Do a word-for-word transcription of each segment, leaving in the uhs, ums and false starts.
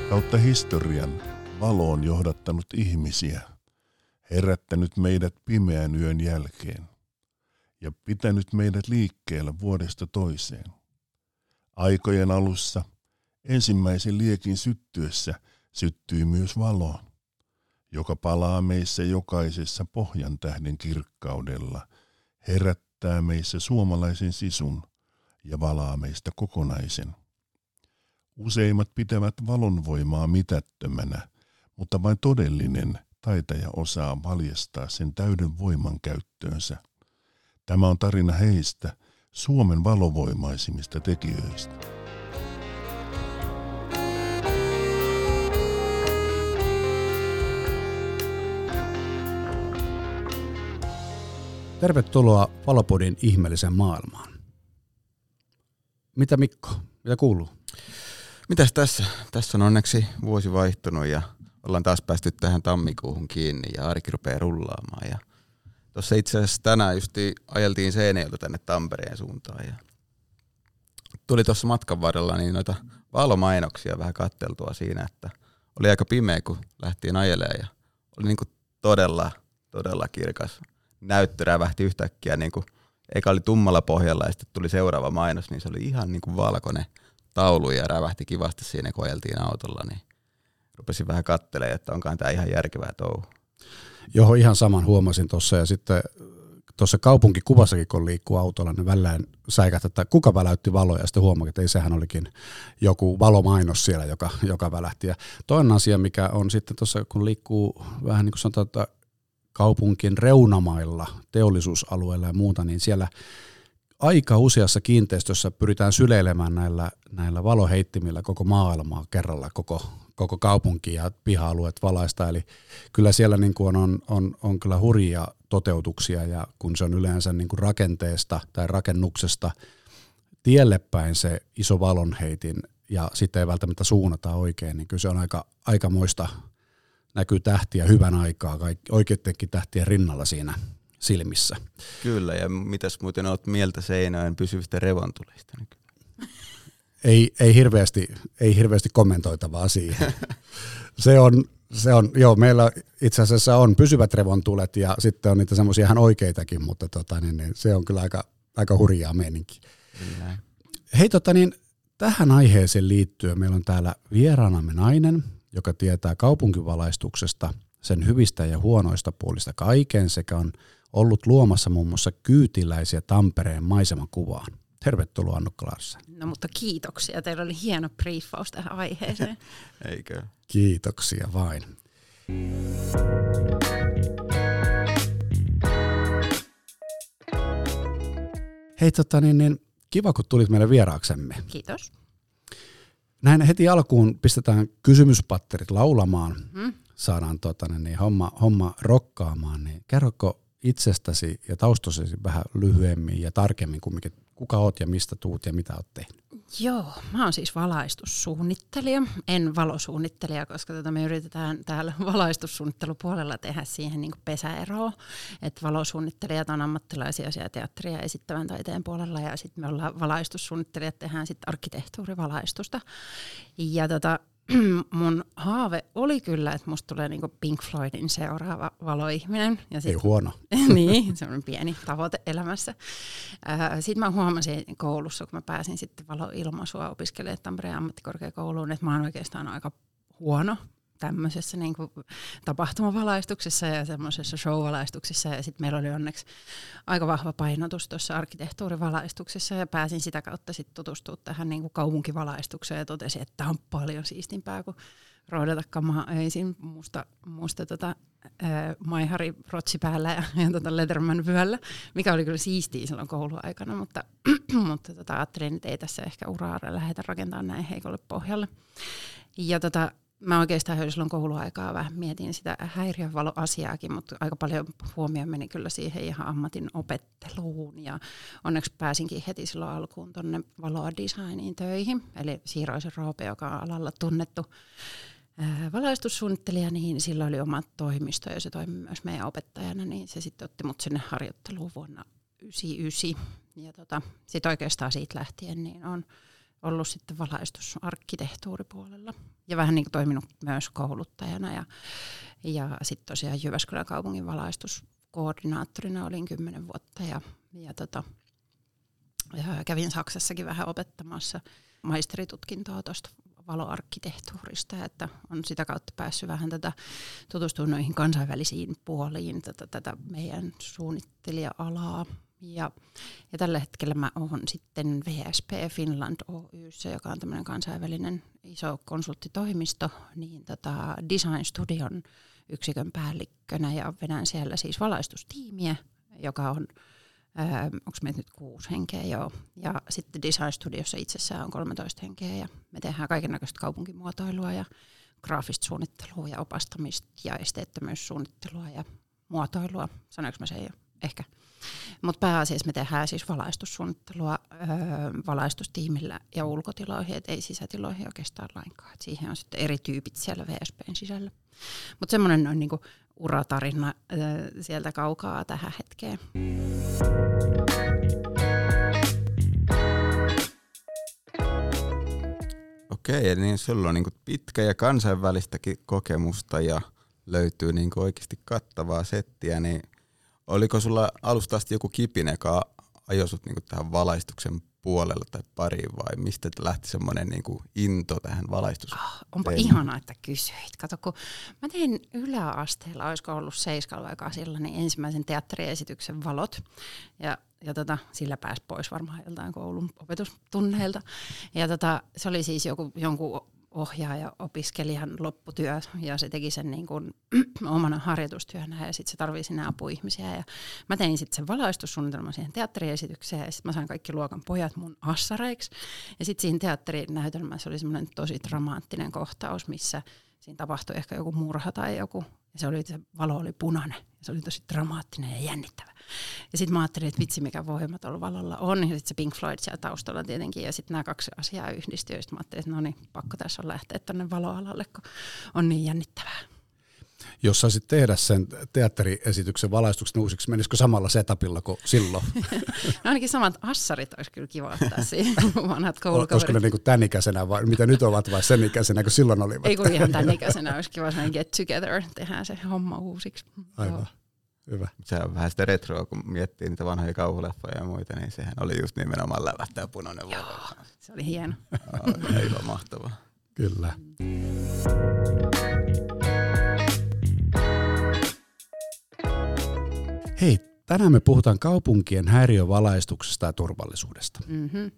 Kautta historian valo on johdattanut ihmisiä, herättänyt meidät pimeän yön jälkeen ja pitänyt meidät liikkeellä vuodesta toiseen. Aikojen alussa ensimmäisen liekin syttyessä syttyi myös valo, joka palaa meissä jokaisessa pohjan tähden kirkkaudella, herättää meissä suomalaisen sisun ja valaa meistä kokonaisen. Useimmat pitävät valon voimaa mitättömänä, mutta vain todellinen taitaja osaa valjastaa sen täyden voiman käyttöönsä. Tämä on tarina heistä, Suomen valovoimaisimmista tekijöistä. Tervetuloa Valopodin ihmeelliseen maailmaan. Mitä Mikko? Mitä kuuluu? Mitäs tässä? Tässä on onneksi vuosi vaihtunut ja ollaan taas päästy tähän tammikuuhun kiinni ja arki rupeaa rullaamaan. Ja tuossa itse asiassa tänään justi ajeltiin Seinäjoelta tänne Tampereen suuntaan ja tuli tuossa matkan varrella niin noita valomainoksia vähän katteltua siinä, että oli aika pimeä kun lähtiin ajelemaan ja oli niinku todella, todella kirkas. Näyttö rävähti yhtäkkiä, niinku, eka oli tummalla pohjalla ja sitten tuli seuraava mainos, niin se oli ihan niinku valkoinen taulu ja rävähti kivasti siinä, kun ajeltiin autolla, niin rupesin vähän katselemaan, että onkaan tämä ihan järkevää touhu. Joo, ihan saman huomasin tuossa ja sitten tuossa kaupunkikuvassakin, kun liikkuu autolla, niin vällään säikähtä, että kuka väläytti valoja ja sitten huomasin, että ei sehän olikin joku valomainos siellä, joka, joka välähti. Ja toinen asia, mikä on sitten tuossa, kun liikkuu vähän niin kuin sanotaan, että kaupunkin reunamailla, teollisuusalueilla ja muuta, niin siellä aika useassa kiinteistössä pyritään syleilemään näillä, näillä valoheittimillä koko maailmaa kerralla, koko, koko kaupunki ja piha-alueet valaista. Eli kyllä siellä niin kuin on, on, on kyllä hurjia toteutuksia ja kun se on yleensä niin kuin rakenteesta tai rakennuksesta tielle päin se iso valonheitin ja sitten ei välttämättä suunnata oikein, niin kyllä se on aika, aikamoista. Näkyy tähtiä hyvän aikaa, oikeidenkin tähtien rinnalla siinä silmissä. Kyllä, ja mitäs muuten olet mieltä Seinäjoen pysyvistä revontuleista? Ei, ei, hirveästi, ei hirveästi kommentoitavaa siihen. Se on, se on, joo, meillä itse asiassa on pysyvät revontulet ja sitten on niitä semmoisia ihan oikeitakin, mutta tota, niin, niin, se on kyllä aika, aika hurjaa meininkiä. Kyllä. Hei, tota, niin, tähän aiheeseen liittyen meillä on täällä vieraanamme nainen, joka tietää kaupunkivalaistuksesta, sen hyvistä ja huonoista puolista kaiken sekä on ollut luomassa muun muassa kyytiläisiä Tampereen maisemakuvaan. Tervetuloa Annukka Larsen. No mutta kiitoksia, teillä oli hieno briefaus tähän aiheeseen. Eikö? Kiitoksia vain. Hei tota niin, niin kiva kun tulit meille vieraaksemme. Kiitos. Näin heti alkuun pistetään kysymyspatterit laulamaan, mm. saadaan tota, niin, homma, homma rokkaamaan. Niin kerroko itsestäsi ja taustasi vähän lyhyemmin ja tarkemmin, kumminkin, kuka oot ja mistä tuut ja mitä oot tehnyt? Joo, mä oon siis valaistussuunnittelija, en valosuunnittelija, koska tota me yritetään täällä valaistussuunnittelupuolella tehdä siihen niin kuin pesäeroa, että valosuunnittelijat on ammattilaisia siellä teatteria ja esittävän taiteen puolella ja sitten me ollaan valaistussuunnittelijat, tehdään sitten arkkitehtuurivalaistusta ja tota, mun haave oli kyllä, että musta tulee niinku Pink Floydin seuraava valoihminen. Ja sit, ei huono. Niin, se on pieni tavoite elämässä. Sitten mä huomasin koulussa, kun mä pääsin sitten valoilmaisua opiskelemaan Tampereen ammattikorkeakouluun, että mä oon oikeastaan aika huono tämmöisessä niin kuin tapahtumavalaistuksessa ja semmoisessa show-valaistuksessa. Ja sitten meillä oli onneksi aika vahva painotus tuossa arkkitehtuurivalaistuksessa ja pääsin sitä kautta sitten tutustumaan tähän niin kuin kaupunkivalaistukseen ja totesin, että tämä on paljon siistimpää kuin roodata kamaa öisin musta, musta tota, ää, maihari rotsi päällä ja, ja tota Letterman vyöllä, mikä oli kyllä siistiä silloin kouluaikana, mutta, mutta tota, ajattelin, että ei tässä ehkä uraa lähdetä rakentamaan näin heikolle pohjalle. Ja tota, mä oikeastaan jo silloin kouluaikaa vähän mietin sitä häiriövaloasiaakin, mutta aika paljon huomioon meni kyllä siihen ihan ammatin opetteluun ja onneksi pääsinkin heti silloin alkuun tuonne valoa designiin töihin. Eli Siiroisen Roope, joka on alalla tunnettu ää, valaistussuunnittelija, niin sillä oli oma toimisto ja se toimi myös meidän opettajana, niin se sitten otti mut sinne harjoitteluun vuonna yhdeksänkymmentäyhdeksän. Ja tota, sitten oikeastaan siitä lähtien niin on ollut sitten valaistusarkkitehtuuripuolella ja vähän niin kuin toiminut myös kouluttajana ja, ja sitten tosiaan Jyväskylän kaupungin valaistuskoordinaattorina olin kymmenen vuotta ja, ja, tota, ja kävin Saksassakin vähän opettamassa maisteritutkintoa tuosta valoarkkitehtuurista, että on sitä kautta päässyt vähän tätä tutustua noihin kansainvälisiin puoliin, tätä, tätä meidän suunnittelija-alaa. Ja, ja tällä hetkellä mä oon sitten V S P Finland Oy:ssä, joka on tämmöinen kansainvälinen iso konsulttitoimisto, niin tota Design Studion yksikön päällikkönä ja vedän siellä siis valaistustiimiä, joka on, onko meitä nyt kuusi henkeä joo, ja sitten Design Studiossa itsessään on kolmetoista henkeä ja me tehdään kaikennäköistä kaupunkimuotoilua ja graafista suunnittelua ja opastamista ja esteettömyyssuunnittelua ja muotoilua, sanoinko mä sen jo? Ehkä. Mutta pääasiassa me tehdään siis valaistussuunnittelua öö, valaistustiimillä ja ulkotiloihin, et ei sisätiloihin oikeastaan lainkaan. Et siihen on sitten eri tyypit siellä V S P:n sisällä. Mutta semmoinen on niinku uratarina öö, sieltä kaukaa tähän hetkeen. Okei, eli niin sulla on niinku pitkä ja kansainvälistäkin kokemusta ja löytyy niinku oikeasti kattavaa settiä, niin oliko sulla alusta asti joku kipinä, joka ajoi sut niinku tähän valaistuksen puolelle tai pariin vai mistä lähti semmoinen niinku into tähän valaistuseen? Oh, onpa ihanaa, että kysyit. Kato, kun mä tein yläasteella, olisiko ollut seiskalla vai kasilla, niin ensimmäisen teatteriesityksen Valot. Ja, ja tota, sillä pääsi pois varmaan joltain koulun opetustunneilta. Ja tota, se oli siis joku, jonkun ohjaaja opiskelijan lopputyö ja se teki sen niin kuin omana harjoitustyönä ja sitten se tarvii sinne apuihmisiä ja mä tein sitten sen valaistussuunnitelman siihen teatteriesitykseen ja sitten mä sain kaikki luokan pojat mun assareiksi ja sitten siinä teatterinäytelmässä oli semmoinen tosi dramaattinen kohtaus, missä siinä tapahtui ehkä joku murha tai joku ja se, oli, se valo oli punainen ja se oli tosi dramaattinen ja jännittävä. Ja sitten mä ajattelin, että vitsi mikä voima tuolla valolla on. Ja sitten se Pink Floyd siellä taustalla tietenkin. Ja sitten nämä kaksi asiaa yhdistyi. Ja sitten mä ajattelin, että no niin, pakko tässä on lähteä tuonne valoalalle, kun on niin jännittävää. Jos saisit tehdä sen teatteriesityksen valaistuksen uusiksi, menisikö samalla setupilla kuin silloin? No ainakin samat assarit olisi kyllä kiva ottaa siihen, vanhat koulukaverit. Olisiko ne niin kuin tämän ikäisenä vai mitä nyt ovat vai sen ikäisenä kuin silloin olivat? Ei kun ihan tämän ikäisenä olisi kiva sellainen get together, tehdään se homma uusiksi. Aivan. Joo. Hyvä. Se on vähän sitä retroa, kun miettii niitä vanhoja kauhuleffoja ja muita, niin sehän oli just nimenomaan lävähtää punainen valo. Se oli hieno. Aivan mahtavaa. Kyllä. Hei, tänään me puhutaan kaupunkien häiriövalaistuksesta ja turvallisuudesta. Mm-hmm.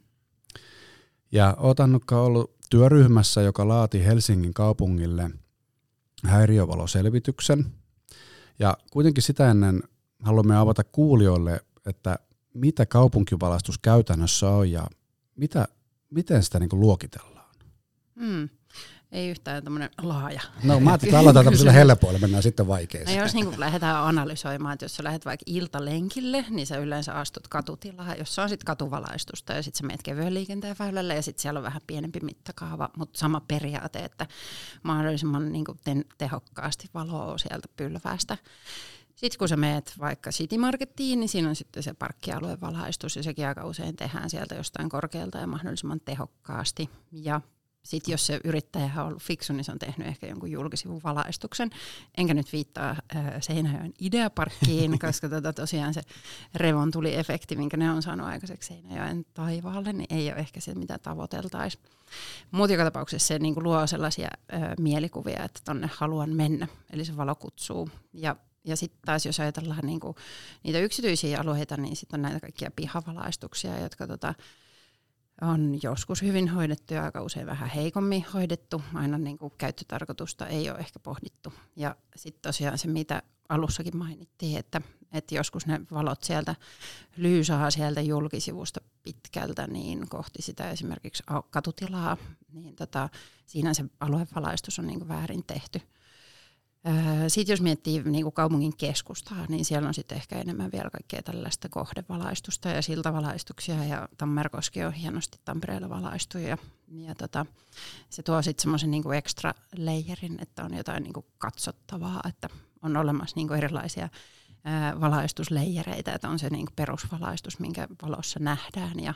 Ja oot Annukka ollut työryhmässä, joka laati Helsingin kaupungille häiriövaloselvityksen. Ja kuitenkin sitä ennen haluamme avata kuulijoille, että mitä kaupunkivalaistus käytännössä on ja mitä, miten sitä niin kuin luokitellaan. Mm. Ei yhtään tämmöinen laaja. No mä ajattelin, että aloitetaan tämmöisellä helpoilla, mennään sitten vaikeisiin. No jos niin lähdetään analysoimaan, että jos sä lähdet vaikka iltalenkille, niin sä yleensä astut katutilaan, jossa on sitten katuvalaistusta ja sitten sä menet kevyen liikenteen väylälle ja sitten siellä on vähän pienempi mittakaava, mutta sama periaate, että mahdollisimman niin kuin tehokkaasti valoa sieltä pylväästä. Sitten kun sä meet vaikka City Markettiin, niin siinä on sitten se parkkialueen valaistus ja sekin aika usein tehdään sieltä jostain korkealta ja mahdollisimman tehokkaasti. Ja sitten jos se yrittäjä on ollut fiksu, niin se on tehnyt ehkä jonkun julkisivun valaistuksen. Enkä nyt viittaa äh, Seinäjoen Ideaparkkiin, koska tota, tosiaan se revontuliefekti, minkä ne on saanut aikaiseksi Seinäjoen taivaalle, niin ei ole ehkä se, mitä tavoiteltaisiin. Mutta joka tapauksessa se niin kuin luo sellaisia äh, mielikuvia, että tonne haluan mennä, eli se valo kutsuu. Ja Ja sitten taas jos ajatellaan niinku niitä yksityisiä alueita, niin sitten on näitä kaikkia pihavalaistuksia, jotka tota, on joskus hyvin hoidettu ja aika usein vähän heikommin hoidettu. Aina niinku käyttötarkoitusta ei ole ehkä pohdittu. Ja sitten tosiaan se, mitä alussakin mainittiin, että, että joskus ne valot sieltä lyysaa sieltä julkisivusta pitkältä niin kohti sitä esimerkiksi katutilaa, niin tota, siinä se aluevalaistus on niinku väärin tehty. Sitten jos miettii niin kuin kaupungin keskustaa, niin siellä on sitten ehkä enemmän vielä kaikkea tällaista kohdevalaistusta ja siltavalaistuksia ja Tammerkoski on hienosti Tampereella valaistu ja, ja tota, se tuo sitten semmoisen niin kuin extra layerin, että on jotain niin kuin katsottavaa, että on olemassa niin kuin erilaisia ää, valaistusleijereitä, että on se niin kuin perusvalaistus, minkä valossa nähdään ja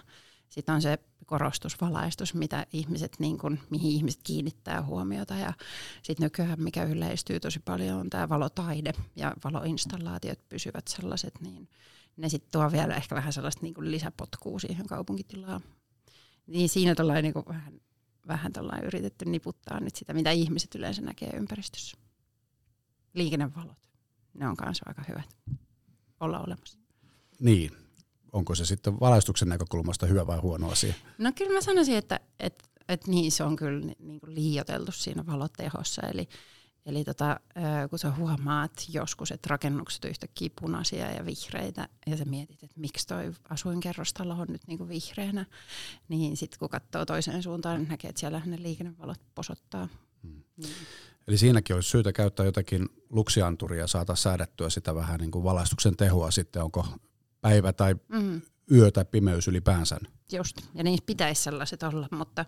sitten on se korostusvalaistus, mitä ihmiset, niin kun, mihin ihmiset kiinnittää huomiota. Ja sitten nykyään, mikä yleistyy tosi paljon, on tämä valotaide ja valoinstallaatiot pysyvät sellaiset, niin ne sitten tuo vielä ehkä vähän sellaista niin kuin lisäpotkua siihen kaupunkitilaan. Niin siinä tollain, niin kuin vähän, vähän tollain yritetty niputtaa nyt sitä, mitä ihmiset yleensä näkee ympäristössä. Liikennevalot, ne on kanssa aika hyvät olla olemassa. Niin. Onko se sitten valaistuksen näkökulmasta hyvä vai huono asia? No kyllä mä sanoisin, että, että, että niin se on kyllä niin kuin liioiteltu siinä valotehossa. Eli, eli tota, kun sä huomaat joskus, että rakennukset on yhtäkkiä punaisia ja vihreitä, ja sä mietit, että miksi toi asuinkerrostalo on nyt niin kuin vihreänä, niin sitten kun katsoo toiseen suuntaan, niin näkee, että siellä ne liikennevalot posottaa. Hmm. Niin. Eli siinäkin olisi syytä käyttää jotakin luksianturia ja saada säädettyä sitä vähän niin kuin valaistuksen tehoa sitten, onko päivä tai mm. yö tai pimeys ylipäänsä. Just, ja niissä pitäisi sellaiset olla, mutta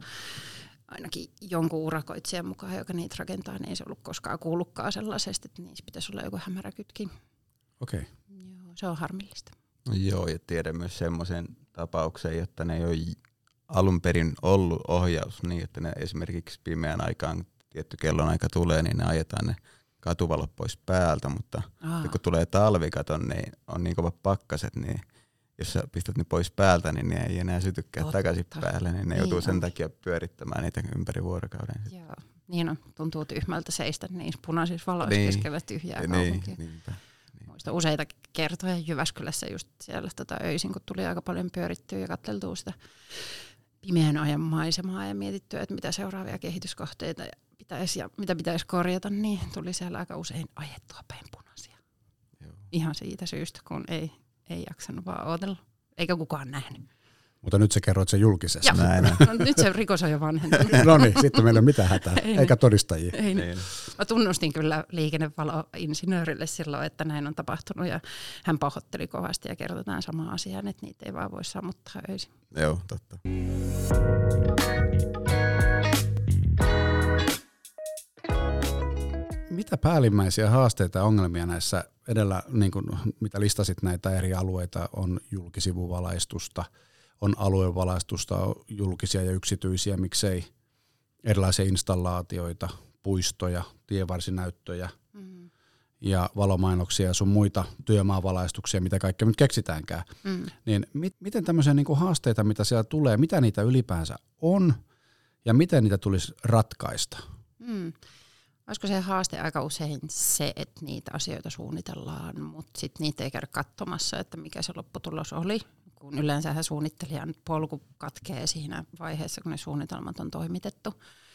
ainakin jonkun urakoitsijan mukaan, joka niitä rakentaa, niin ei se ollut koskaan kuullutkaan sellaisesta, että niissä pitäisi olla joku hämäräkytkin. Okei. Okay. Joo, se on harmillista. No joo, ja tiedän myös semmoisen tapauksen, että ne ei ole alun perin ollut ohjaus niin, että ne esimerkiksi pimeän aikaan, tietty kellon aika tulee, niin ne ajetaan ne katuvalot pois päältä, mutta kun tulee talvikaton, niin on niin kovat pakkaset, niin jos sä pistät ne pois päältä, niin ne ei enää sytykään Totta. takaisin päälle, niin ne niin joutuu on. sen takia pyörittämään niitä ympäri vuorokauden. Joo, niin on. Tuntuu tyhmältä seistä niissä punaisissa valoissa niin. keskellä tyhjää niin, kaupunkia. Niinpä. Muista useita kertoja Jyväskylässä just siellä tota öisin, kun tuli aika paljon pyörittyä ja katseltua sitä pimeän ajan maisemaa ja mietittyä, että mitä seuraavia kehityskohteita pitäisi ja mitä pitäisi korjata, niin tuli siellä aika usein ajettua päin punaisia. Joo. Ihan siitä syystä, kun ei, ei jaksanut vaan odotella, eikä kukaan nähnyt. Mutta nyt sä kerroit sen julkisesti. Näin. No, nyt se rikos on jo vanhentunut. No niin, sitten meillä ei ole mitään hätää, ei, eikä todistajia. Ei, niin. Mä tunnustin kyllä liikennevaloinsinöörille silloin, että näin on tapahtunut ja hän pahoitteli kovasti ja kerrotaan samaa asiaa, että niitä ei vaan voi sammuttaa öisin. Joo, totta. Mitä päällimmäisiä haasteita ja ongelmia näissä edellä, niin kuin mitä listasit näitä eri alueita, on julkisivuvalaistusta, on aluevalaistusta, on julkisia ja yksityisiä, miksei erilaisia installaatioita, puistoja, tievarsinäyttöjä mm. ja valomainoksia ja sun muita työmaavalaistuksia, mitä kaikkea nyt keksitäänkään. Mm. Niin mit, miten tämmöisiä niin kuin haasteita, mitä siellä tulee, mitä niitä ylipäänsä on ja miten niitä tulisi ratkaista? Mm. Olisiko se haaste aika usein se, että niitä asioita suunnitellaan, mutta sitten niitä ei käydä katsomassa, että mikä se lopputulos oli, kun yleensähän suunnittelijan polku katkee siinä vaiheessa, kun ne suunnitelmat on toimitettu.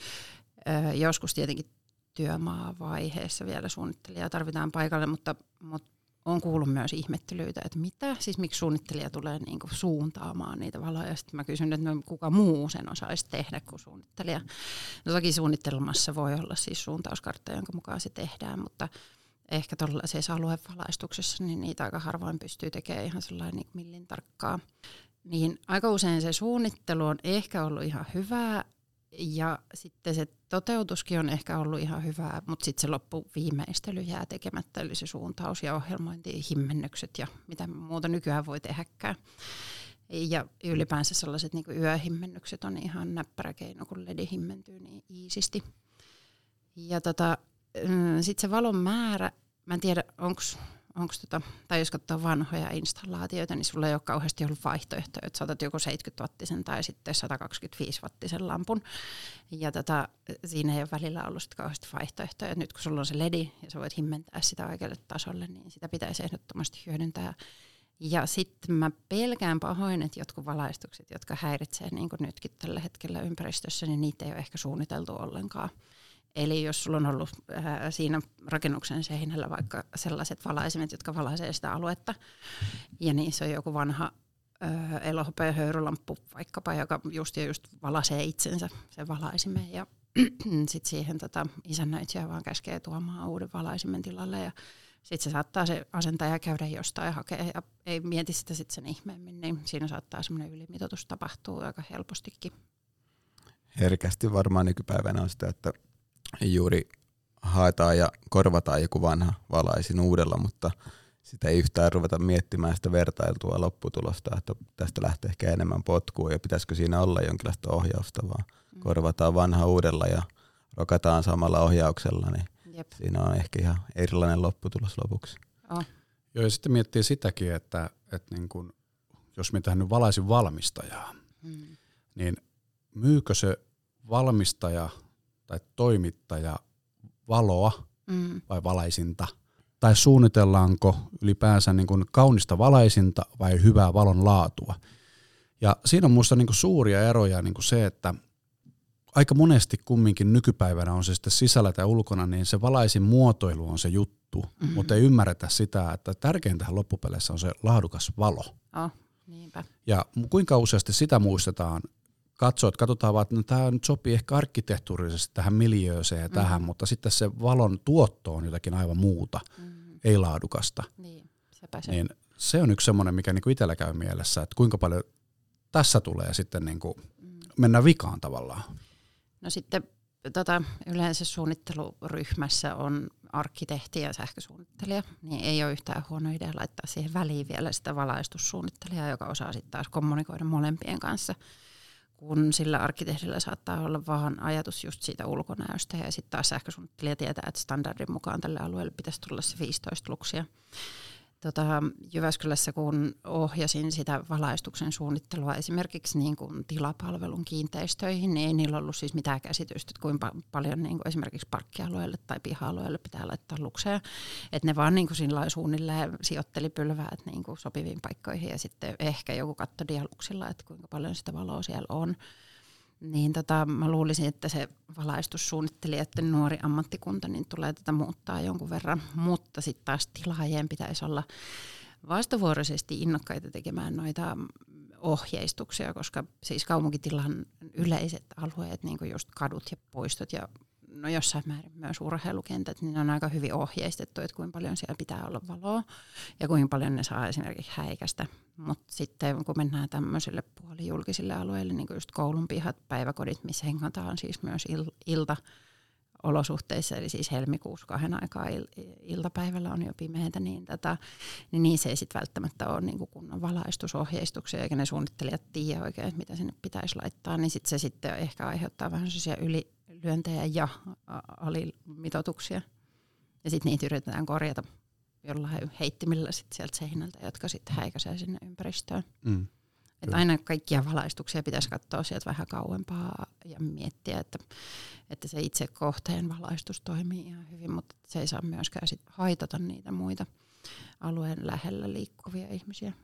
Öö, joskus tietenkin työmaavaiheessa vielä suunnittelijaa tarvitaan paikalle, mutta, mutta on kuullut myös ihmettelyitä, että mitä, siis miksi suunnittelija tulee niinku suuntaamaan niitä valoja. Sitten mä kysyn, että kuka muu sen osaisi tehdä kuin suunnittelija. No toki suunnittelmassa voi olla siis suuntauskartta, jonka mukaan se tehdään, mutta ehkä tuollaisessa aluevalaistuksessa niin niitä aika harvoin pystyy tekemään ihan sellainen niin millin tarkkaa. Niin aika usein se suunnittelu on ehkä ollut ihan hyvää ja sitten se toteutuskin on ehkä ollut ihan hyvää, mutta sitten se loppuviimeistely jää tekemättä, eli se suuntaus ja ohjelmointi, himmennykset ja mitä muuta nykyään voi tehdäkään. Ja ylipäänsä sellaiset niin kuin yöhimmennykset on ihan näppärä keino, kun L E D himmentyy niin iisisti. Ja tota, sitten se valon määrä, mä en tiedä onko, tota, tai jos katsoo vanhoja installaatioita, niin sulla ei ole kauheasti ollut vaihtoehtoja, että saatat joko seitsemänkymmentä wattisen tai sitten sata kaksikymmentäviisi wattisen lampun. Ja tota, siinä ei ole välillä ollut sit kauheasti vaihtoehtoja. Et nyt kun sulla on se L E D ja sä voit himmentää sitä oikealle tasolle, niin sitä pitäisi ehdottomasti hyödyntää. Ja sitten mä pelkään pahoin, että jotkut valaistukset, jotka häiritsee niin kuin nytkin tällä hetkellä ympäristössä, niin niitä ei ole ehkä suunniteltu ollenkaan. Eli jos sulla on ollut äh, siinä rakennuksen seinällä vaikka sellaiset valaisimet, jotka valaisee sitä aluetta, ja niissä on joku vanha äh, elohopea höyrylamppu vaikkapa, joka just ja just valaisee itsensä sen valaisimen, ja sitten siihen tota, isännöitsijä vaan käskee tuomaan uuden valaisimen tilalle, ja sitten se saattaa se asentaja käydä jostain hakea, ja ei mieti sitä sitten sen ihmeemmin, niin siinä saattaa semmoinen ylimitoitus tapahtua aika helpostikin. Herkästi varmaan nykypäivänä on sitä, että juuri haetaan ja korvataan joku vanha valaisin uudella, mutta sitä ei yhtään ruveta miettimään sitä vertailtua lopputulosta, että tästä lähtee ehkä enemmän potkua ja pitäisikö siinä olla jonkinlaista ohjausta, vaan mm. korvataan vanha uudella ja rokataan samalla ohjauksella, niin Jep. siinä on ehkä ihan erilainen lopputulos lopuksi. Oh. Joo, ja sitten miettii sitäkin, että, että niin kun, jos mitä nyt valaisin valmistajaa, mm. niin myykö se valmistaja tai toimittaja valoa mm. vai valaisinta, tai suunnitellaanko ylipäänsä niin kuin kaunista valaisinta vai hyvää valon laatua. Ja siinä on minusta niin kuin suuria eroja niin kuin se, että aika monesti kumminkin nykypäivänä on se sitten sisällä tai ulkona, niin se valaisin muotoilu on se juttu, mm-hmm. mutta ei ymmärretä sitä, että tärkeintähän loppupeleissä on se laadukas valo. Oh, niinpä. Ja kuinka useasti sitä muistetaan, katsoo, että katsotaan vaan, että no, tämä nyt sopii ehkä arkkitehtuurisesti tähän miljööseen ja tähän, mm-hmm. mutta sitten se valon tuotto on jotakin aivan muuta, mm-hmm. ei laadukasta. Niin, sepä se. Niin se on yksi semmoinen, mikä niinku itsellä käy mielessä, että kuinka paljon tässä tulee sitten niinku mm. mennä vikaan tavallaan. No sitten tota, yleensä suunnitteluryhmässä on arkkitehti ja sähkösuunnittelija, niin ei ole yhtään huono idea laittaa siihen väliin vielä sitä valaistussuunnittelijaa, joka osaa sitten taas kommunikoida molempien kanssa, kun sillä arkkitehdillä saattaa olla vaan ajatus just siitä ulkonäöstä ja sitten taas sähkösuunnittelija tietää, että standardin mukaan tälle alueelle pitäisi tulla se viisitoista luksia. Tota, Jyväskylässä kun ohjasin sitä valaistuksen suunnittelua esimerkiksi niin kuin tilapalvelun kiinteistöihin, niin ei niillä ollut siis mitään käsitystä, että kuinka paljon niin kuin esimerkiksi parkkialueelle tai piha-alueelle pitää laittaa lukseja. Että ne vaan niin kuin sillä suunnilleen sijoitteli pylväät niin kuin sopiviin paikkoihin ja sitten ehkä joku katto dialuksilla, että kuinka paljon sitä valoa siellä on. Niin tota, mä luulisin, että se valaistussuunnittelijoiden nuori ammattikunta niin tulee tätä muuttaa jonkun verran, mutta sitten taas tilaajien pitäisi olla vastavuoroisesti innokkaita tekemään noita ohjeistuksia, koska siis kaupunkitilan yleiset alueet, niin kuin just kadut ja poistot ja no jossain määrin myös urheilukentät, niin on aika hyvin ohjeistettu, että kuinka paljon siellä pitää olla valoa ja kuinka paljon ne saa esimerkiksi häikästä. Mutta sitten kun mennään tämmöisille puolijulkisille alueille, niin kuin just koulun pihat, päiväkodit, missä hengataan siis myös il- iltaolosuhteissa, eli siis helmikuussa kahden aikaa il- iltapäivällä on jo pimeätä, niin, tätä, niin niissä ei sitten välttämättä ole niin kuin kunnon valaistusohjeistuksia, eikä ne suunnittelijat tiedä oikein, että mitä sinne pitäisi laittaa, niin sitten se sitten ehkä aiheuttaa vähän sellaisia ylilyöntejä ja alimitoituksia. Ja sitten niitä yritetään korjata jollain heittimillä sit sieltä seinältä, jotka sitten häikäisee sinne ympäristöön. Mm. Että aina kaikkia valaistuksia pitäisi katsoa sieltä vähän kauempaa ja miettiä, että, että se itse kohteen valaistus toimii ihan hyvin, mutta se ei saa myöskään sit haitata niitä muita alueen lähellä liikkuvia ihmisiä.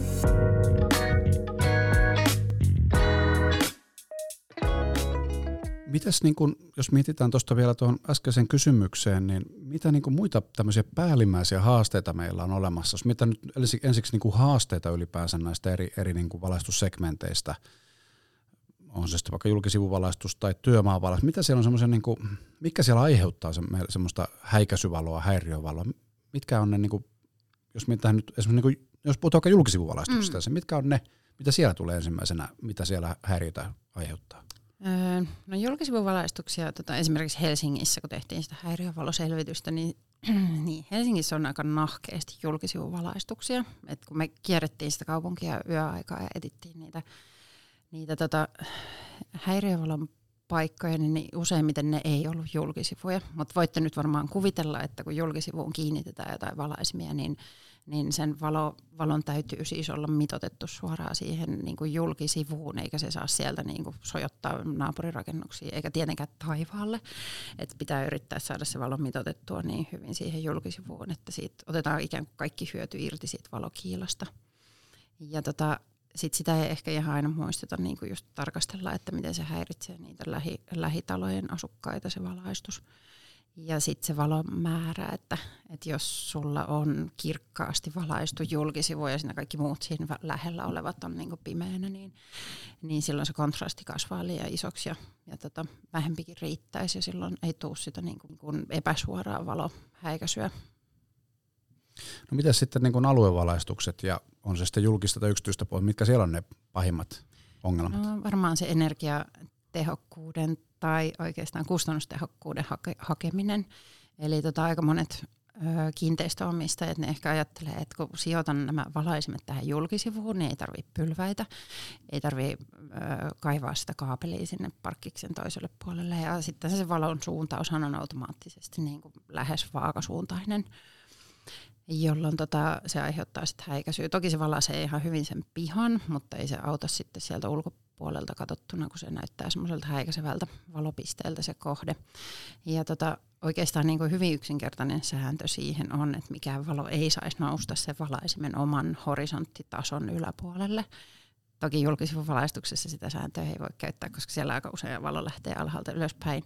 Mitäs, niin kun, jos mietitään tuosta vielä tuohon äskeiseen kysymykseen, niin mitä niin kun muita tämmöisiä päällimmäisiä haasteita meillä on olemassa? Jos mitä nyt ensiksi niin kun haasteita ylipäänsä näistä eri, eri niin kun valaistussegmenteistä, on se sitten vaikka julkisivuvalaistus tai työmaavalaistus, mitä siellä on semmoisia, niin kun, mitkä siellä aiheuttaa se, semmoista häikäisyvaloa, häiriövaloa? Mitkä on ne, niin kun, jos mietitään nyt esimerkiksi, niin kun, jos puhutaan vaikka julkisivuvalaistuksesta, mm. mitkä on ne, mitä siellä tulee ensimmäisenä, mitä siellä häiriötä aiheuttaa? No julkisivuvalaistuksia tota, esimerkiksi Helsingissä, kun tehtiin sitä häiriövaloselvitystä, niin, niin Helsingissä on aika nahkeasti julkisivuvalaistuksia. Et kun me kierrettiin sitä kaupunkia yöaikaa ja etittiin niitä, niitä tota, häiriövalon paikkoja, niin useimmiten ne ei ollut julkisivuja. Mutta voitte nyt varmaan kuvitella, että kun julkisivuun kiinnitetään jotain valaisimia, niin niin sen valo, valon täytyy siis olla mitoitettu suoraan siihen niin kuin julkisivuun, eikä se saa sieltä niin kuin sojottaa naapurirakennuksiin, eikä tietenkään taivaalle. Et pitää yrittää saada se valo mitoitettua niin hyvin siihen julkisivuun, että siitä otetaan ikään kuin kaikki hyöty irti siitä valokiilasta. Ja tota, sit sitä ei ehkä ihan aina muisteta niin kuin just tarkastella, että miten se häiritsee niitä lähi, lähitalojen asukkaita se valaistus. Ja sitten se valon määrä, että, että jos sulla on kirkkaasti valaistu julkisivu ja siinä kaikki muut siinä lähellä olevat on niin kuin pimeänä, niin, niin silloin se kontrasti kasvaa liian isoksi ja, ja tota, vähempikin riittäisi ja silloin ei tule sitä niin kuin, niin kuin epäsuoraa valohäikäisyä. No mitä sitten niin kuin aluevalaistukset ja on se sitten julkista tai yksityistä puolta, mitkä siellä on ne pahimmat ongelmat? No, varmaan se energiatehokkuuden tai oikeastaan kustannustehokkuuden hake- hakeminen. Eli tota, aika monet kiinteistöomistajat, ne ehkä ajattelee, että kun sijoitan nämä valaisimet tähän julkisivuun, niin ei tarvitse pylväitä, ei tarvitse kaivaa sitä kaapelia sinne parkkiksen toiselle puolelle. Ja sitten se valon suuntaushan on automaattisesti niin kuin lähes vaakasuuntainen, jolloin tota, se aiheuttaa sitten häikäisyä. Toki se valaisee ihan hyvin sen pihan, mutta ei se auta sitten sieltä ulkopuolelta katsottuna, kun se näyttää semmoiselta häikäisevältä valopisteeltä se kohde. Ja tota, oikeastaan niin kuin hyvin yksinkertainen sääntö siihen on, että mikään valo ei saisi nousta sen valaisimen oman horisonttitason yläpuolelle. Toki julkisivuvalaistuksessa sitä sääntöä ei voi käyttää, koska siellä aika usein valo lähtee alhaalta ylöspäin.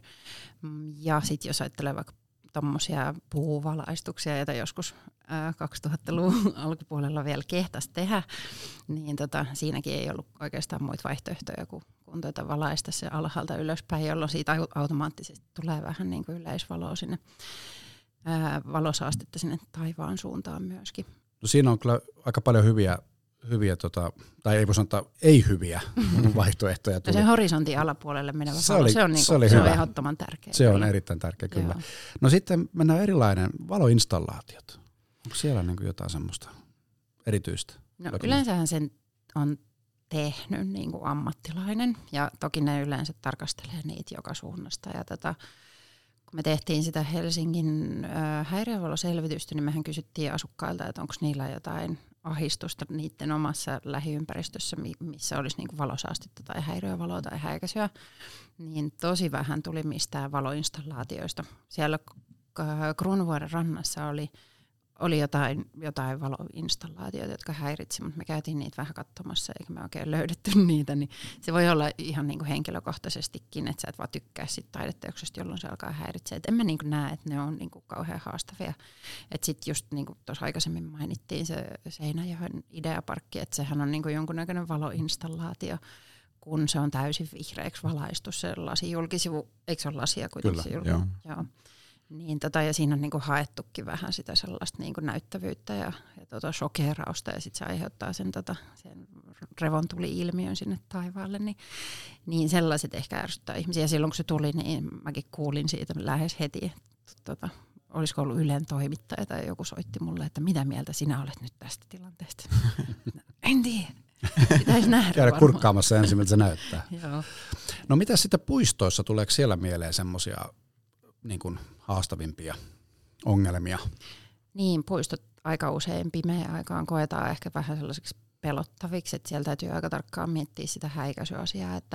Ja sitten jos ajattelee vaikka tuommoisia puuvalaistuksia, joita joskus ää, kaksituhattaluvun alkupuolella vielä kehtasi tehdä, niin tota, siinäkin ei ollut oikeastaan muita vaihtoehtoja kuin, kuin tuota valaista se alhaalta ylöspäin, jolloin siitä automaattisesti tulee vähän niin kuin yleisvaloa sinne, ää, valosaastetta sinne taivaan suuntaan myöskin. No siinä on kyllä aika paljon hyviä, hyviä tota, tai ei voi sanoa, ei hyviä vaihtoehtoja. No se horisontin alapuolelle menevä se valo, oli, se on, niinku, se oli se hyvä. on ehdottoman tärkeä. Se on erittäin tärkeä, kyllä. Joo. No sitten mennään erilainen valoinstallaatiot. Onko siellä niin kuin jotain semmoista erityistä? No yleensähän sen on tehnyt niin kuin ammattilainen, ja toki ne yleensä tarkastelee niitä joka suunnasta. Ja tota, kun me tehtiin sitä Helsingin äh, häiriövaloselvitystä, niin mehän kysyttiin asukkailta, että onko niillä jotain ahistusta niiden omassa lähiympäristössä, missä olisi niin kuin valosaastetta tai häiriövaloa tai häikäisyä, niin tosi vähän tuli mistään valoinstallaatioista. Siellä Kruunuvuoren rannassa oli, oli jotain, jotain valoinstallaatioita, jotka häiritsi, mutta me käytiin niitä vähän katsomassa, eikä me oikein löydetty niitä, niin se voi olla ihan niin kuin henkilökohtaisestikin, että sä et vaan tykkää siitä taideteoksesta, jolloin se alkaa häiritseä. Et en mä niin kuin näe, että ne on niin kuin kauhean haastavia. Että sitten just niin kuin tuossa aikaisemmin mainittiin se Seinäjoen Ideaparkki, että sehän on niin kuin jonkunnäköinen valoinstallaatio, kun se on täysin vihreäksi valaistu se lasijulkisivu, eikö se ole lasia kuitenkin? Kyllä, julki? joo. Joo. Niin tota, ja siinä on niinku haettukin vähän sitä sellaista niinku näyttävyyttä ja, ja tota shokerausta, ja sitten se aiheuttaa sen, tota, sen revontuli-ilmiön sinne taivaalle, niin, niin sellaiset ehkä ärsyttää ihmisiä. Silloin kun se tuli, niin mäkin kuulin siitä lähes heti, että tota, olisiko ollut Ylen toimittaja tai joku soitti mulle, että mitä mieltä sinä olet nyt tästä tilanteesta. En tiedä. Pitäisi nähdä käydä varmaan. kurkkaamassa ensin, miltä se näyttää. Joo. No mitä sitten puistoissa, tuleeko siellä mieleen semmoisia niin kuin haastavimpia ongelmia? Niin, puistot aika usein pimeä aikaan koetaan ehkä vähän sellaiseksi pelottaviksi, että siellä täytyy aika tarkkaan miettiä sitä häikäisyasiaa, että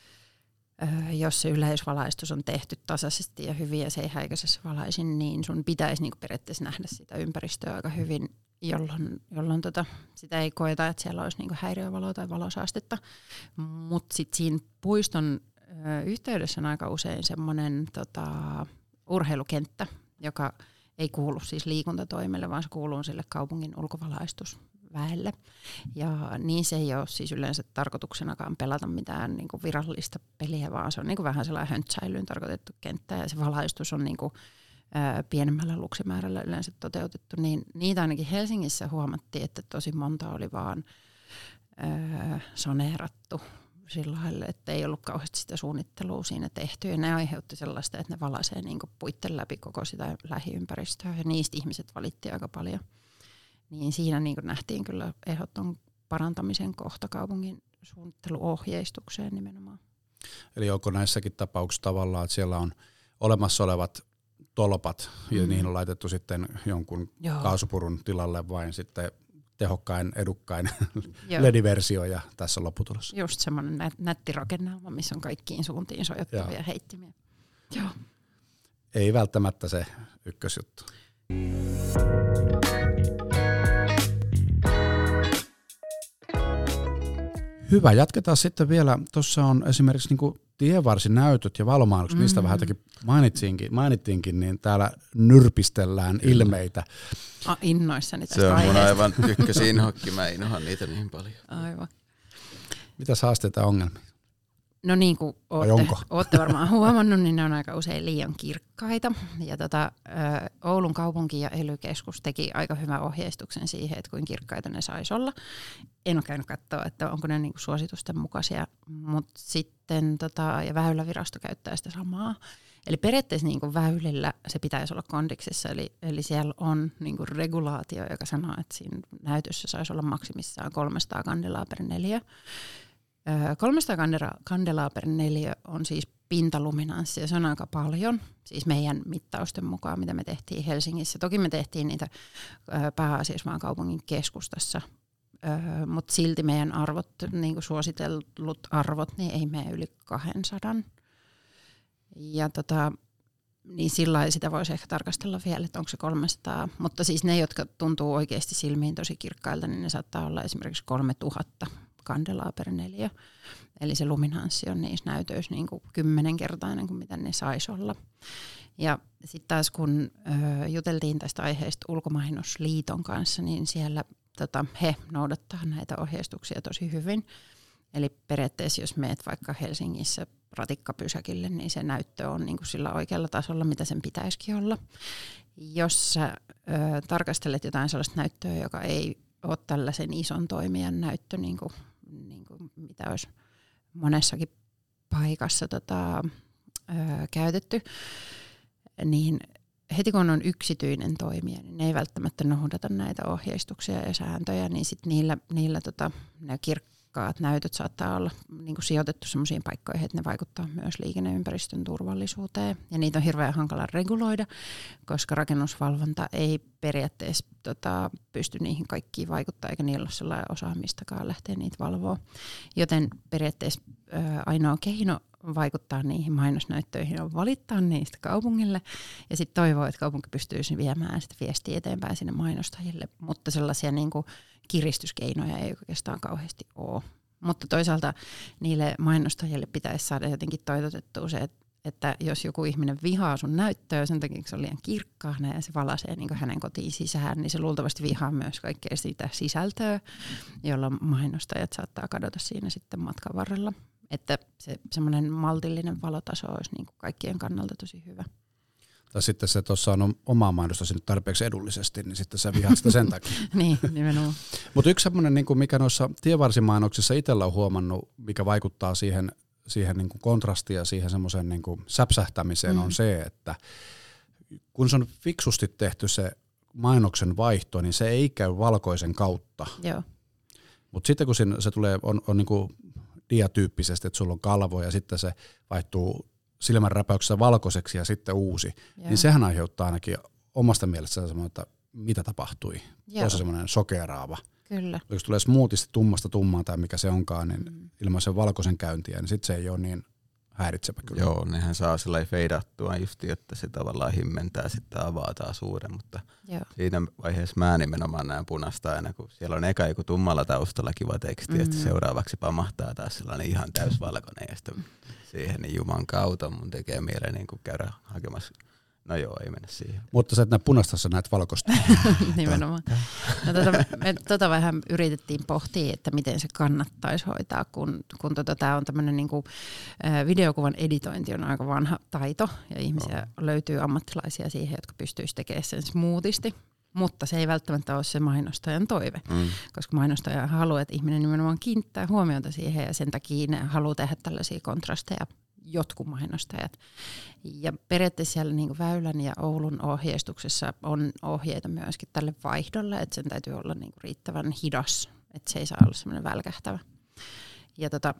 ö, jos se yleisvalaistus on tehty tasaisesti ja hyvin ja se ei häikäisessä valaisin, niin sun pitäisi niinku periaatteessa nähdä sitä ympäristöä aika hyvin, jolloin, jolloin tota, sitä ei koeta, että siellä olisi niinku häiriövaloa tai valosaastetta. Mutta sitten siinä puiston ö, yhteydessä on aika usein semmoinen tota, urheilukenttä, joka ei kuulu siis liikuntatoimelle, vaan se kuuluu sille kaupungin ulkovalaistusväelle. Ja niin se ei ole siis yleensä tarkoituksenakaan pelata mitään niin kuin virallista peliä, vaan se on niin kuin vähän sellainen höntsäilyyn tarkoitettu kenttä, ja se valaistus on niin kuin, ää, pienemmällä luksimäärällä yleensä toteutettu. Niin niitä ainakin Helsingissä huomattiin, että tosi monta oli vaan ää, soneerattu sillä lailla, että ei ollut kauheasti sitä suunnittelua siinä tehty, ja ne aiheutti sellaista, että ne valaisee niin kuin puitten läpi koko sitä lähiympäristöä, ja niistä ihmiset valitti aika paljon. Niin siinä niin kuin nähtiin kyllä ehdoton parantamisen kohta kaupungin suunnitteluohjeistukseen nimenomaan. Eli onko näissäkin tapauksissa tavallaan, että siellä on olemassa olevat tolpat, mm. ja niihin on laitettu sitten jonkun Joo. kaasupurun tilalle vain sitten tehokkain, edukkain L E D-versio, ja tässä on lopputulossa. Just semmoinen nä- nätti rakennelma, missä on kaikkiin suuntiin sojottavia Joo. heittimiä. Joo. Ei välttämättä se ykkösjuttu. Hyvä, jatketaan sitten vielä. Tuossa on esimerkiksi niinku tievarsinäytöt ja valomaalukset, mm-hmm. mistä vähän jotakin mainittiinkin, mainittiinkin, niin täällä nyrpistellään Kyllä. ilmeitä. Ah, innoissani tästä Se on aiheesta. mun aivan ykkösinhokki, mä inhoan niitä niin paljon. Aivan. Mitäs haasteita ja ongelmia? No niin kuin ootte, ootte varmaan huomannut, niin ne on aika usein liian kirkkaita. Ja tota, Oulun kaupunki ja E L Y-keskus teki aika hyvän ohjeistuksen siihen, että kuinka kirkkaita ne saisi olla. En ole käynyt katsoa, että onko ne niinku suositusten mukaisia, mutta sitten tota, ja Väylävirasto käyttää sitä samaa. Eli periaatteessa niinku väylillä se pitäisi olla kondiksessa, eli, eli siellä on niinku regulaatio, joka sanoo, että siinä näytössä saisi olla maksimissaan kolmesataa kandelaa per neliö. kolmesataa kandelaa per neliö on siis pintaluminanssi ja se on aika paljon, siis meidän mittausten mukaan, mitä me tehtiin Helsingissä. Toki me tehtiin niitä pääasiassa vaan kaupungin keskustassa, mutta silti meidän arvot, niin kuin suositellut arvot, niin ei mene yli kaksisataa. Ja tota, niin sillä lailla sitä voisi ehkä tarkastella vielä, että onko se kolmesataa. Mutta siis ne, jotka tuntuu oikeasti silmiin tosi kirkkailta, niin ne saattaa olla esimerkiksi kolmetuhatta kandelaa per neliö. Eli se luminanssi on niissä näytöissä niin kuin kymmenenkertainen kuin mitä ne saisi olla. Ja sitten taas kun ö, juteltiin tästä aiheesta Ulkomainosliiton kanssa, niin siellä tota, he noudattaa näitä ohjeistuksia tosi hyvin. Eli periaatteessa jos meet vaikka Helsingissä ratikkapysäkille, niin se näyttö on niin kuin sillä oikealla tasolla, mitä sen pitäisikin olla. Jos sä ö, tarkastelet jotain sellaista näyttöä, joka ei ole tällaisen ison toimijan näyttö, niin kuin, niin kuin mitä olisi monessakin paikassa tota, ö, käytetty, niin heti kun on yksityinen toimija, niin ne ei välttämättä noudata näitä ohjeistuksia ja sääntöjä, niin sitten niillä, niillä tota, ne kirkkaat näytöt saattaa olla niin kuin sijoitettu sellaisiin paikkoihin, että ne vaikuttaa myös liikenneympäristön turvallisuuteen. Ja niitä on hirveän hankala reguloida, koska rakennusvalvonta ei periaatteessa tota, pysty niihin kaikkiin vaikuttaa, eikä niillä ole sellainen osaamistakaan lähteä niitä valvoa. Joten periaatteessa ää, ainoa keino vaikuttaa niihin mainosnäyttöihin on valittaa niistä kaupungille ja sitten toivoo, että kaupunki pystyisi viemään sitä viestiä eteenpäin sinne mainostajille, mutta sellaisia niin kuin kiristyskeinoja ei oikeastaan kauheasti ole. Mutta toisaalta niille mainostajille pitäisi saada jotenkin toitotettua se, että, että jos joku ihminen vihaa sun näyttöä sen takia, että se on liian kirkkaana ja se valaisee niin kuin hänen kotiin sisään, niin se luultavasti vihaa myös kaikkea sitä sisältöä, jolla mainostajat saattaa kadota siinä sitten matkan varrella. Että se semmoinen maltillinen valotaso olisi niin kuin kaikkien kannalta tosi hyvä. Tai sitten se tuossa on omaa mainosta nyt tarpeeksi edullisesti, niin sitten sä vihaat sitä sen takia. Niin, nimenomaan. Mutta yksi semmoinen, niin mikä noissa tienvarsimainoksissa itsellä on huomannut, mikä vaikuttaa siihen, siihen niin kuin kontrastiin ja siihen semmoisen niin kuin säpsähtämiseen, mm. on se, että kun se on fiksusti tehty se mainoksen vaihto, niin se ei käy valkoisen kautta. Joo. Mutta sitten kun se tulee, on, on niin kuin diatyyppisesti, että sulla on kalvo ja sitten se vaihtuu silmänräpäyksessä valkoiseksi ja sitten uusi, Joo. niin sehän aiheuttaa ainakin omasta mielestä semmoinen, että mitä tapahtui. Tosi semmoinen sokeraava. Kyllä. Jos tulee smoothisti tummasta tummaa tai mikä se onkaan, niin mm. ilman sen valkoisen käyntiä, niin sitten se ei ole niin häiritsevä kyllä. Joo, nehän saa sellainen feidattua just, että se tavallaan himmentää sitten avaa taas uuden, mutta Joo. siinä vaiheessa mä nimenomaan näen punaista aina, kun siellä on eka joku tummalla taustalla kiva teksti, mm-hmm. ja sitten seuraavaksi pamahtaa taas sellainen ihan täysvalkoinen, ja sitten siihen niin juman kautta mun tekee mieleen niin kuin käydä hakemassa. No joo, ei mennä siihen. Mutta sä et näe punaista, sä näet valkoista. Nimenomaan. No, tota, me tota vähän yritettiin pohtia, että miten se kannattaisi hoitaa, kun, kun tota, tämä on tämmöinen niinku, ä, videokuvan editointi on aika vanha taito, ja ihmisiä no. löytyy ammattilaisia siihen, jotka pystyisi tekemään sen smoothisti. Mutta se ei välttämättä ole se mainostajan toive, mm. koska mainostaja haluaa, että ihminen nimenomaan kiinnittää huomiota siihen, ja sen takia ne haluaa tehdä tällaisia kontrasteja, jotkut mainostajat. Ja periaatteessa siellä niin kuin Väylän ja Oulun ohjeistuksessa on ohjeita myöskin tälle vaihdolle, että sen täytyy olla niin kuin riittävän hidas, että se ei saa olla semmoinen välkähtävä. Ja tota,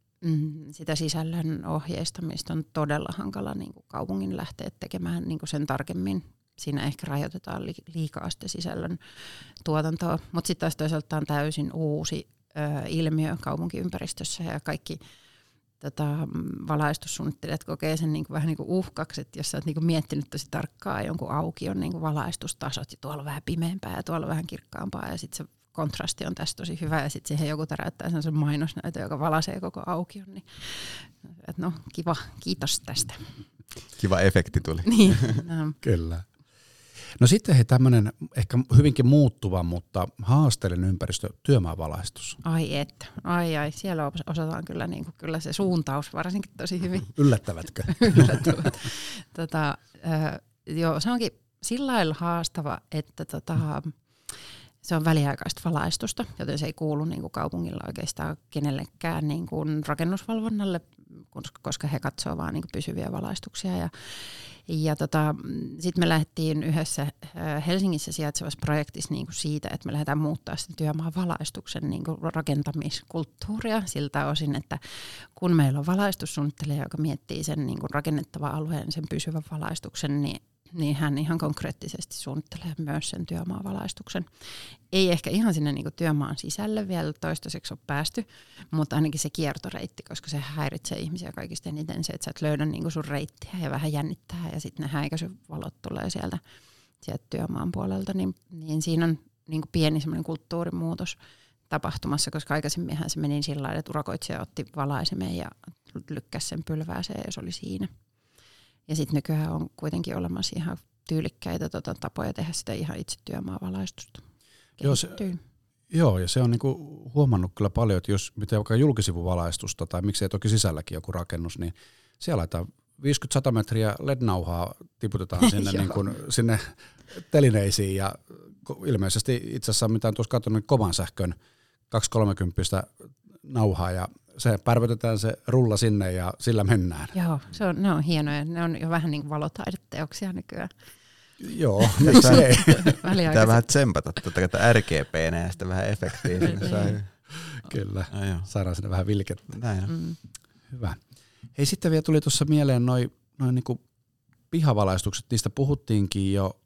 mm, sitä sisällön ohjeistamista on todella hankala niin kuin kaupungin lähteä tekemään niin kuin sen tarkemmin. Siinä ehkä rajoitetaan liikaa sitä sisällön tuotantoa, mutta sitten taas toisaalta on täysin uusi ö, ilmiö kaupunkiympäristössä ja kaikki Tota, valaistussuunnittelijat kokee sen niinku, vähän niin kuin uhkaksi, että jos sä oot niinku miettinyt tosi tarkkaan jonkun aukion niinku valaistustasot ja tuolla on vähän pimeämpää ja tuolla on vähän kirkkaampaa ja sitten se kontrasti on tässä tosi hyvä ja sitten siihen joku täräyttää sen mainosnäytön, joka valaisee koko aukion. Niin, et no kiva, kiitos tästä. Kiva efekti tuli. Niin, no. Kyllä. No sitten hei tämmöinen ehkä hyvinkin muuttuva, mutta haasteellinen ympäristö, työmaavalaistus. Ai että, ai ai, siellä osataan kyllä, niin kuin, kyllä se suuntaus varsinkin tosi hyvin. Yllättävätkö? Yllättävät. tota, äh, joo, se onkin sillä lailla haastava, että tota, se on väliaikaista valaistusta, joten se ei kuulu niin kuin kaupungilla oikeastaan kenellekään niin kuin rakennusvalvonnalle, koska he katsoo vaan niin kuin pysyviä valaistuksia. Ja, ja tota, sitten me lähdettiin yhdessä Helsingissä sijaitsevassa projektissa niin kuin siitä, että me lähdetään muuttaa sen työmaan valaistuksen niin kuin rakentamiskulttuuria siltä osin, että kun meillä on valaistussuunnittelija, joka miettii sen niin kuin rakennettavan alueen, sen pysyvän valaistuksen, niin niin hän ihan konkreettisesti suunnittelee myös sen työmaavalaistuksen. Ei ehkä ihan sinne niin kuin työmaan sisälle vielä toistaiseksi ole päästy, mutta ainakin se kiertoreitti, koska se häiritsee ihmisiä kaikista eniten se, että sä et löydä niin kuin sun reittiä ja vähän jännittää ja sitten ne häikäisyvalot tulee sieltä, sieltä työmaan puolelta, niin, niin siinä on niin kuin pieni semmoinen kulttuurimuutos tapahtumassa, koska aikaisemminhan se meni sillä lailla, että urakoitsija otti valaisimeen ja lykkäsi sen pylvääseen ja se oli siinä. Ja sitten nykyään on kuitenkin olemassa ihan tyylikkäitä tota, tapoja tehdä sitä ihan itse työmaavalaistusta. Joo, se, joo, ja se on niinku huomannut kyllä paljon, että jos mitä vaikka julkisivuvalaistusta tai miksei toki sisälläkin joku rakennus, niin siellä laitetaan viisikymmentä sata metriä L E D-nauhaa tiputetaan sinne, niin kuin, sinne telineisiin ja ilmeisesti itse asiassa mitä on tuossa katsonut, niin kovan sähkön kaksisataakolmekymmentä nauhaa ja se pärvötetään se rulla sinne ja sillä mennään. Joo, se on, ne on hienoja. Ne on jo vähän niin kuin valotaideteoksia nykyään. Joo, miksei. Pitää vähän tsempata, että R G P-nä ja sitten vähän efektiä. Kyllä, no, saadaan sinne vähän vilkettä. Näin. Mm. Hyvä. Hei, sitten vielä tuli tuossa mieleen noin noi niinku pihavalaistukset, niistä puhuttiinkin jo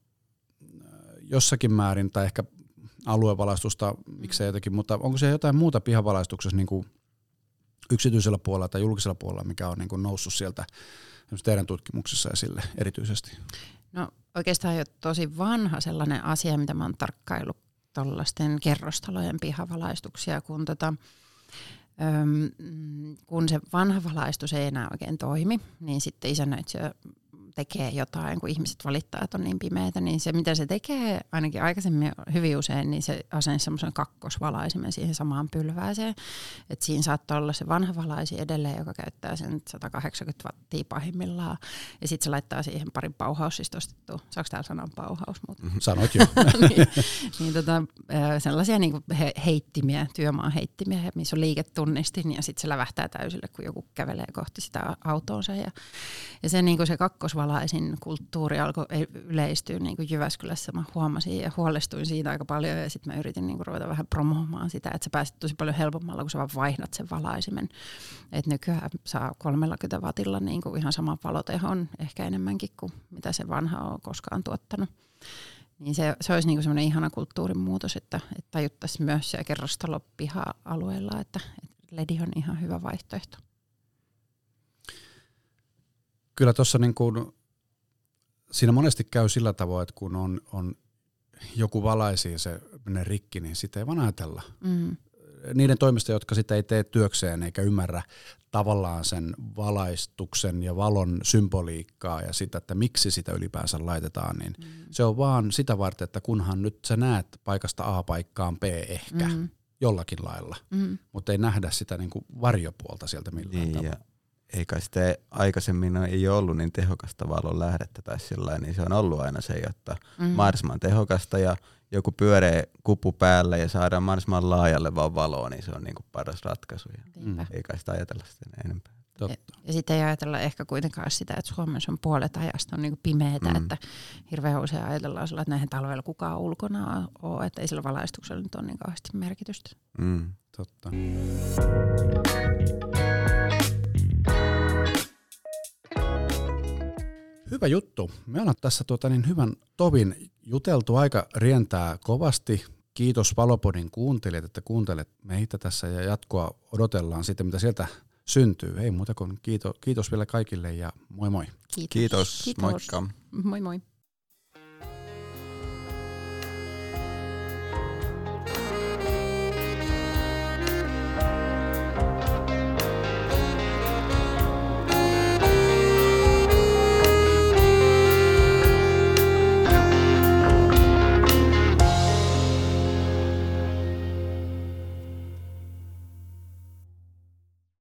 jossakin määrin, tai ehkä aluevalaistusta, miksei jotenkin, mutta onko se jotain muuta pihavalaistuksessa niin kuin yksityisellä puolella tai julkisella puolella, mikä on niin kuin noussut sieltä teidän tutkimuksessa esille erityisesti? No oikeastaan jo tosi vanha sellainen asia, mitä mä oon tarkkaillut tuollaisten kerrostalojen pihavalaistuksia, kun, tota, äm, kun se vanha valaistus ei enää oikein toimi, niin sitten isännöitsijä tekee jotain, kun ihmiset valittaa, että on niin pimeätä, niin se mitä se tekee ainakin aikaisemmin hyvin usein, niin se asensi semmoisen kakkosvalaisimen siihen samaan pylvääseen. Että siinä saattaa olla se vanha valaisi edelleen, joka käyttää sen sata kahdeksankymmentä wattia pahimmillaan. Ja sitten se laittaa siihen parin Bauhaus, siis tostettu. Saako täällä sanoa Bauhaus? Mutta mm-hmm. Sanoit jo. niin, niin tota, sellaisia niin kuin he, heittimiä, työmaan heittimiä, missä on liiketunnistin ja sitten se lävähtää täysille, kun joku kävelee kohti sitä autoonsa. Ja, ja se, niin kuin se kakkosvalaisin kulttuuri alkoi yleistyä niin kuin Jyväskylässä. Mä huomasin ja huolestuin siitä aika paljon ja sitten mä yritin niin kuin ruveta vähän promoamaan sitä, että sä pääsit tosi paljon helpommalla, kun sä vaan vaihdat sen valaisimen. Et nykyään saa kolmekymmentä wattilla niin kuin ihan sama valotehon, ehkä enemmänkin kuin mitä se vanha on koskaan tuottanut. Niin se, se olisi niin kuin semmoinen ihana kulttuurin muutos, että, että tajuttaisiin myös siellä kerrostalopiha-alueella, että, että L E D on ihan hyvä vaihtoehto. Kyllä tuossa niin kuin, siinä monesti käy sillä tavoin, että kun on, on joku valaisi ja se menee rikki, niin sitä ei vaan ajatella. Mm. Niiden toimista, jotka sitä ei tee työkseen eikä ymmärrä tavallaan sen valaistuksen ja valon symboliikkaa ja sitä, että miksi sitä ylipäänsä laitetaan, niin mm. se on vaan sitä varten, että kunhan nyt sä näet paikasta A paikkaan B ehkä mm. jollakin lailla, mm. mutta ei nähdä sitä niin kuin varjopuolta sieltä millään niin, tavalla. Eikä sitten aikaisemmin ei ollut niin tehokasta valon lähdettä tai sillä niin se on ollut aina se, että mm. mahdollisimman tehokasta ja joku pyöreä kupu päälle ja saadaan mahdollisimman laajalle vaan valoa, niin se on niin kuin paras ratkaisu. Mm. Eikä sitä ajatella sitä enempää. Ja, ja sitten ei ajatella ehkä kuitenkaan sitä, että Suomessa on puolet ajasta on niinku pimeätä, mm. että hirveän usein ajatellaan sillä, että näihin talvella kukaan ulkona ole, että ei sillä valaistuksella nyt ole niin kauheasti merkitystä. Mm. Totta. Hyvä juttu. Me ollaan tässä tuota, niin hyvän tovin juteltu, aika rientää kovasti. Kiitos Valopodin kuuntelijat, että kuuntelet meitä tässä ja jatkoa odotellaan sitten, mitä sieltä syntyy. Ei muuta kuin kiitos, kiitos vielä kaikille ja moi moi. Kiitos. Kiitos. Kiitos. Moikka. Moi moi.